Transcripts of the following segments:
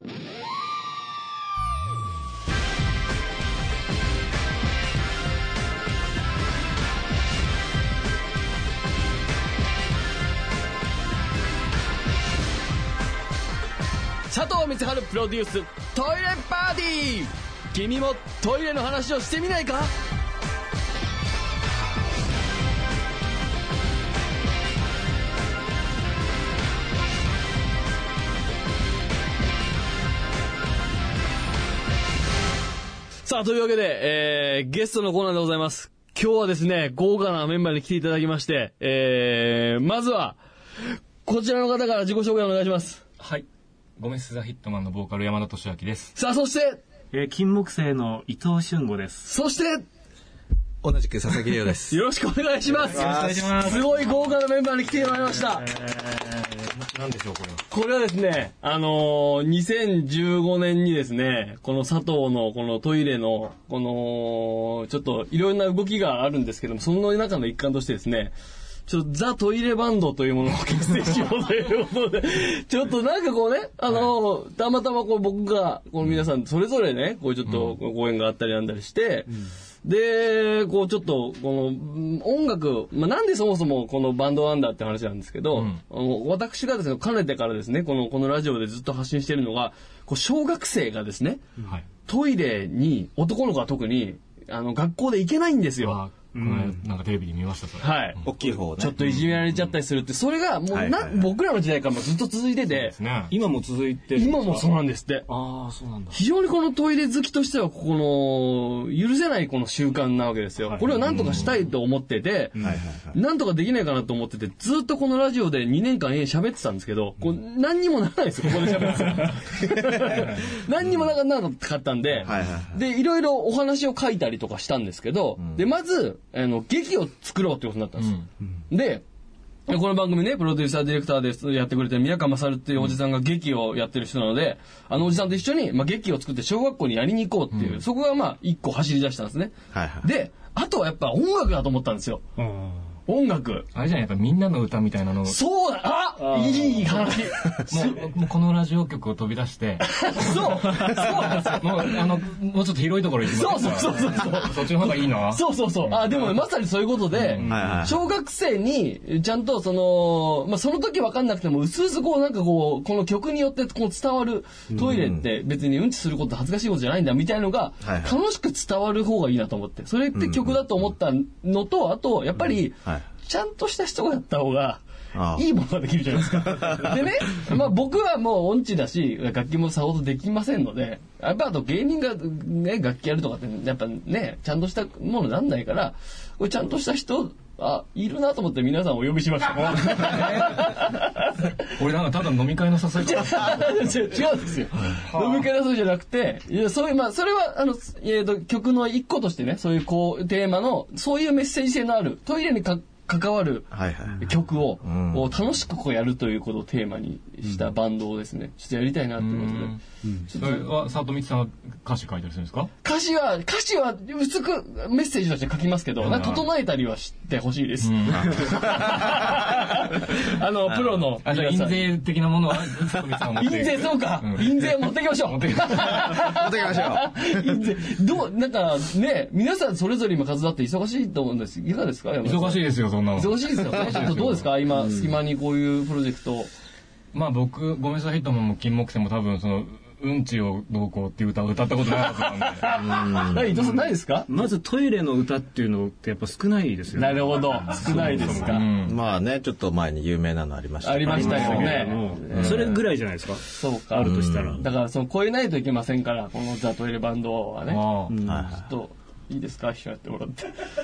佐藤光晴プロデューストイレパーティー。君もトイレの話をしてみないか。さあ、というわけで、ゲストのコーナーでございます。今日はですね、豪華なメンバーに来ていただきまして、まずはこちらの方から自己紹介をお願いします。 はい、ゴメスザヒットマンのボーカル山田俊明です。 さあ、そして金木犀の伊藤俊吾です。 そして同じく佐々木亮です。 よろしくお願いします。 よろしくお願いします。 すごい豪華なメンバーに来てもらいました。 なんでしょうこれは。 これはですね、2015年にですね、この佐藤のこのトイレのこのちょっといろんな動きがあるんですけども、その中の一環としてですね、ちょっとザ・トイレバンドというものを結成しようということでちょっとなんかこうね、たまたまこう僕がこの皆さんそれぞれね、こうちょっとご縁があったりなんだりして、でこうちょっとこの音楽、なんでそもそもこのバンドなんだって話なんですけど、私がですね、かねてからですね、このラジオでずっと発信しているのが、こう小学生がですね、トイレに男の子は特に学校で行けないんですよ。 このなんかテレビで見ましたそれ。 はい。 大きい方ね。 ちょっといじめられちゃったりするって、それがもう僕らの時代からもずっと続いてて、 今も続いてるんですか？ 今もそうなんですって。 ああ、そうなんだ。 非常にこのトイレ好きとしてはこの許せないこの習慣なわけですよ。これをなんとかしたいと思ってて、なんとかできないかなと思ってて、ずっとこのラジオで2年間喋ってたんですけど、こう何にもならないですよ、ここで喋って何にもなかったんで、でいろいろお話を書いたりとかしたんですけど、でまず劇を作ろうってことになったんです。でこの番組ね、プロデューサーディレクターでやってくれてる宮川勝っていうおじさんが劇をやってる人なので、おじさんと一緒に、劇を作って小学校にやりに行こうっていう、そこが一個走り出したんですね。であとはやっぱ音楽だと思ったんですよ。音楽あれじゃない、やっぱみんなの歌みたいなのを。 そうだ、いい話。 もうこのラジオ局を飛び出してそうなんですよ。 もうちょっと広いところ行きます。 そうそっちの方がいいな。 そうでもまさにそういうことで、小学生にちゃんとその時分かんなくてもうすうすこうなんかこの曲によってこう伝わる、トイレって別にうんちすること恥ずかしいことじゃないんだみたいのが楽しく伝わる方がいいなと思って、それって曲だと思ったのと、あとやっぱりちゃんとした人がやった方がいいものができるじゃないですか。でね、僕はもう音痴だし楽器もさほどできませんので、やっぱあと芸人がね楽器やるとかってやっぱねちゃんとしたものなんないから、これちゃんとした人いるなと思って皆さんお呼びしました。 俺なんかただ飲み会の誘いとか違うんですよ。飲み会の誘いじゃなくて、そういうそれは曲の一個としてね、そういうこうテーマのそういうメッセージ性のあるトイレに関わる曲を楽しくやるということをテーマにしたバンドをですね、ちょっとやりたいなということで。 それは佐藤光さんは歌詞書いたりするんですか？ 歌詞は薄くメッセージとして書きますけど、整えたりはしてほしいです。プロの印税的なものは佐藤光さんは持って印税、そうか、印税持ってきましょう。印税なんかね、皆さんそれぞれ今数だって忙しいと思うんです。いかがですか？ 忙しいですよ、そんなの。 忙しいですよね。ちょっとどうですか今、隙間にこういうプロジェクト。 僕ゴメスザヒットマンも金木犀も多分そのうんちをどうこうっていう歌を歌ったことないはずなんで。 伊藤さんないですか？ まずトイレの歌っていうのってやっぱ少ないですよね。 なるほど、少ないですか。 ちょっと前に有名なのありました。 ありましたよね。 それぐらいじゃないですか。 そうか。 あるとしたら。 だから超えないといけませんから、このザ・トイレバンドはね。ちょっといいですか、一緒にやってもらって。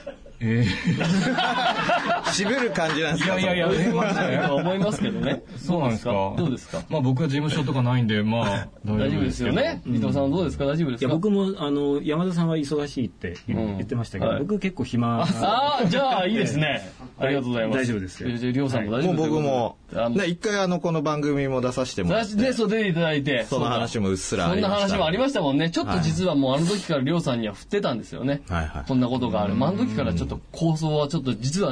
渋る感じなんですか？ いや思いますけどね。 そうなんですか。 どうですか？ 僕は事務所とかないんで大丈夫ですよね。伊藤さんはどうですか？大丈夫ですか？ いや僕も山田さんは忙しいって言ってましたけど、僕結構暇。 じゃあいいですね。ありがとうございます。 大丈夫ですよ。 りょうさんも大丈夫ですか？ 僕も一回この番組も出させてもらって、 そう出ていただいて、 その話もうっすらありました。 そんな話もありましたもんね。ちょっと実はもうあの時からりょうさんには振ってたんですよね。こんなことがある。あの時からちょっと構想はちょっと実はね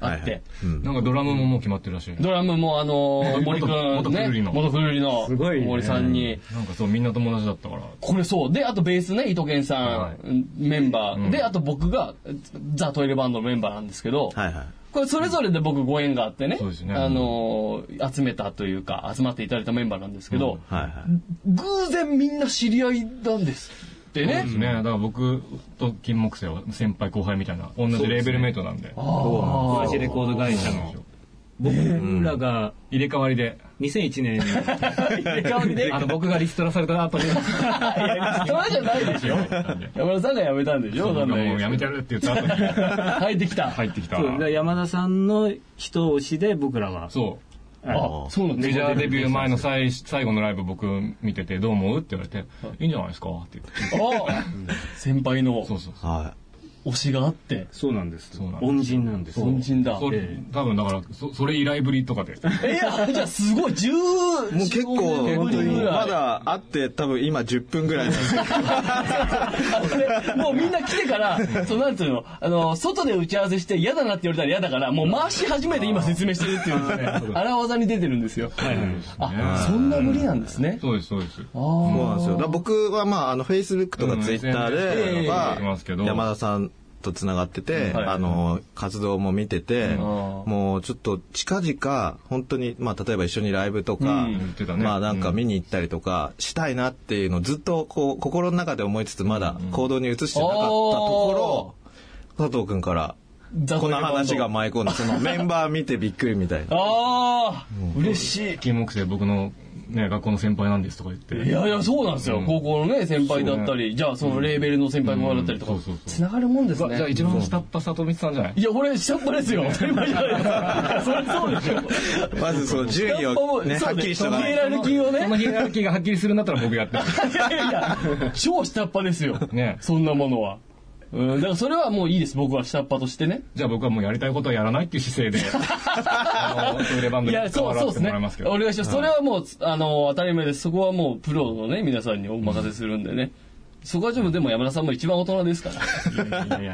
あって。 なんかドラムももう決まってるらしい。 ドラムも森くん、 元くるりの。 元くるりの森さんに。 なんかそう、みんな友達だったから。 これそう。で、あとベースね、伊藤健さん、メンバー。で、あと僕がザ・トイレバンドのメンバーなんですけど、これそれぞれで僕ご縁があってね、集めたというか、集まっていただいたメンバーなんですけど、偶然みんな知り合いなんです。でね。 そうですね。だから僕と金木犀は先輩後輩みたいな、同じレーベルメイトなんで。 同じレコード会社の。僕らが入れ替わりで。 2001年に。 入れ替わりで僕がリストラされた後に。いや、リストラじゃないでしょ。山田さんが辞めたんでしょ。 もう辞めてやるって言った後に。 入ってきた。 入ってきた。 山田さんの一押しで僕らは。 そう。 そうなんです。 メジャーデビュー前の最後のライブ僕見ててどう思うって言われて、いいんじゃないですかって言って。 先輩の推しがあって。 そうなんです。恩人なんです。 恩人だ。 多分だからそれ以来ぶりとかで。 じゃあすごいもう結構本当にまだ会って多分今10分ぐらいなんですけど。 もうみんな来てからなんていうの外で打ち合わせして嫌だなって言われたら嫌だからもう回し始めて今説明してるっていうね荒技に出てるんですよ。そんな無理なんですね。 そうですそうです。 そうなんですよ。僕はまあFacebook とか Twitter では山田さんとつながってて、活動も見てて、もうちょっと近々本当にまあ例えば一緒にライブとか、まあなんか見に行ったりとかしたいなっていうのをずっとこう心の中で思いつつまだ行動に移してなかったところ、佐藤くんからこの話が舞い込んで、そのメンバー見てびっくりみたいな。 嬉しい。 金木犀僕のね、学校の先輩なんですとか言って。 いや、そうなんですよ。高校のね、先輩だったり、じゃあそのレーベルの先輩もだったりとか、つながるもんですね。 じゃあ一番下っ端里光さんじゃない？ いや、俺下っ端ですよ。当たり前じゃないですか。それそうでしょ。 まずその順位をね、はっきりしたヒエラルキーをね。 そのヒエラルキーがはっきりするんだったら僕やってる。 いや、超下っ端ですよ。ね。そんなものは。だからそれはもういいです。僕は下っ端としてね。 じゃあ僕はもうやりたいことはやらないっていう姿勢でトイレバンドに関わらせてもらいますけど。 お願いします。それはもう当たり前です。そこはもうプロのね皆さんにお任せするんでね。そこはでも山田さんも一番大人ですから。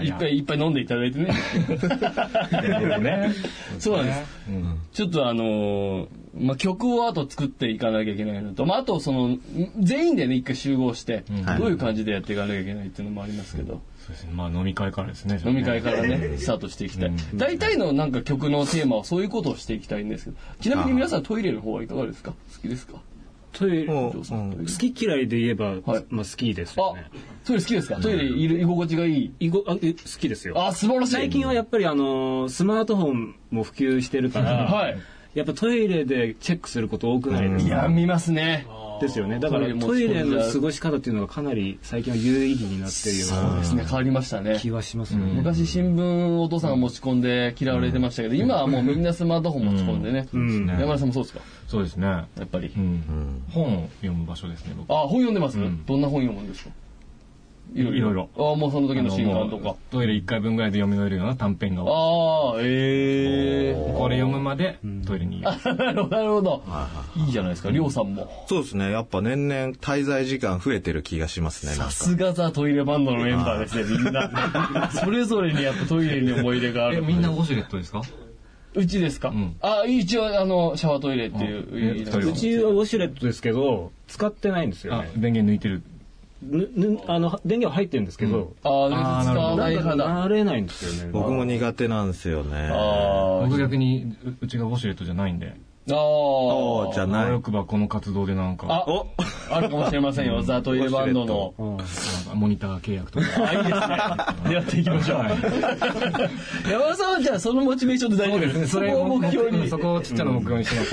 いっぱい飲んでいただいてね。そうなんです。ちょっと曲をあと作っていかなきゃいけないのと、あと全員でね一回集合してどういう感じでやっていかなきゃいけないっていうのもありますけど。 そうですね。まあ飲み会からですね。 飲み会からねスタートしていきたい。大体のなんか曲のテーマはそういうことをしていきたいんですけど、ちなみに皆さんトイレの方はいかがですか？好きですか？ トイレ好き嫌いで言えばまあ好きですよね。 トイレ好きですか？トイレ居心地がいい？好きですよ。 素晴らしい。 最近はやっぱりスマートフォンも普及してるから、やっぱトイレでチェックすること多くないですか？ いや見ますね。 ですよね。だからトイレの過ごし方っていうのがかなり最近は有意義になってるような。 そうですね。変わりましたね。 気はしますね。 昔新聞お父さんが持ち込んで嫌われてましたけど、今はもうみんなスマートフォン持ち込んでね。山田さんもそうですか？ そうですね。 やっぱり。 本を読む場所ですね。 本読んでます？どんな本読むんですか？いろいろ。もうその時の新刊とか。 トイレ1回分ぐらいで読み終えるような短編がこれ読むまでトイレに。 なるほど。いいじゃないですか、りょうさんも。 そうですね。やっぱ年々滞在時間増えてる気がしますね。 さすがザ・トイレバンドのメンバーですね、みんな。それぞれにやっぱトイレに思い入れがある。 みんなウォシュレットですか？ うちですか？一応シャワートイレっていう。 うちはウォシュレットですけど、使ってないんですよね。 電源抜いてる。 電源は入ってるんですけど、 使わない派だ。 慣れないんですよね。 僕も苦手なんですよね。 僕逆にうちがウォシュレットじゃないんで。 じゃない。 よくばこの活動でなんかあるかもしれませんよ。ザ・トイレバンドのモニター契約とか。 いいですね。やっていきましょう。山田さんはじゃあそのモチベーションで大丈夫ですね。それを目標に。 そこをちっちゃな目標にします。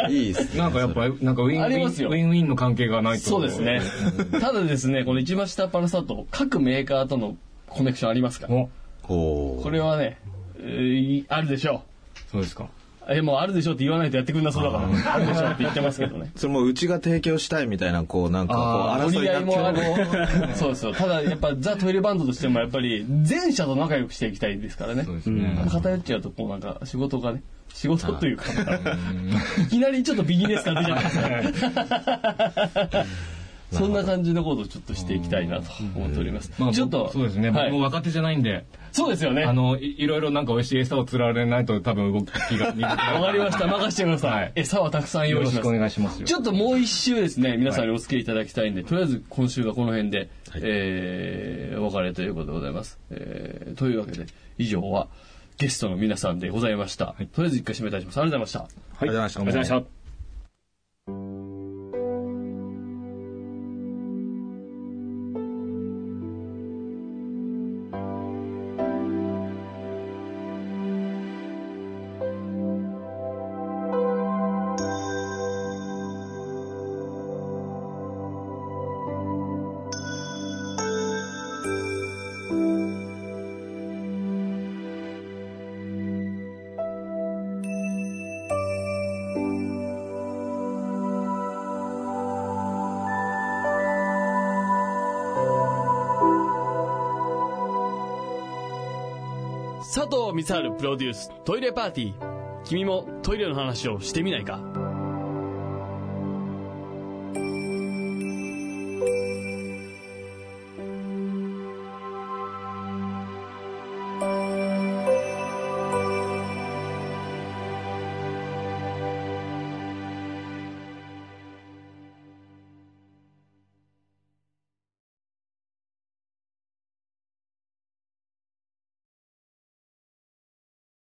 いいです。 なんかやっぱなんかウィンウィンの関係がないと。 そうですね。ただですね、この一番下っ端のスタート、各メーカーとのコネクションありますから。これはね、あるでしょう。 そうですか。 もうあるでしょって言わないとやってくんなそうだからあるでしょって言ってますけどね。 それもうちが提供したいみたいななんか争いもある。そうですよ。ただやっぱザ・トイレバンドとしてもやっぱり全社と仲良くしていきたいですからね。そうですね。偏っちゃうとこうなんか仕事がね、仕事というかいきなりちょっとビジネス感出ちゃいますね。 そんな感じのことをちょっとしていきたいなと思っております。 ちょっと、そうですね。僕も若手じゃないんで。 そうですよね。 いろいろなんか美味しい餌を釣られないと多分動きが。 わかりました。任せてください。餌はたくさん用意します。 よろしくお願いしますよ。 ちょっともう一周ですね、皆さんにお付き合いいただきたいんで、とりあえず今週はこの辺で、お別れということでございます。というわけで、以上はゲストの皆さんでございました。とりあえず一回締めたいと思います。ありがとうございました。 ありがとうございました。ありがとうございました。 佐藤光晴プロデューストイレパーティー。君もトイレの話をしてみないか？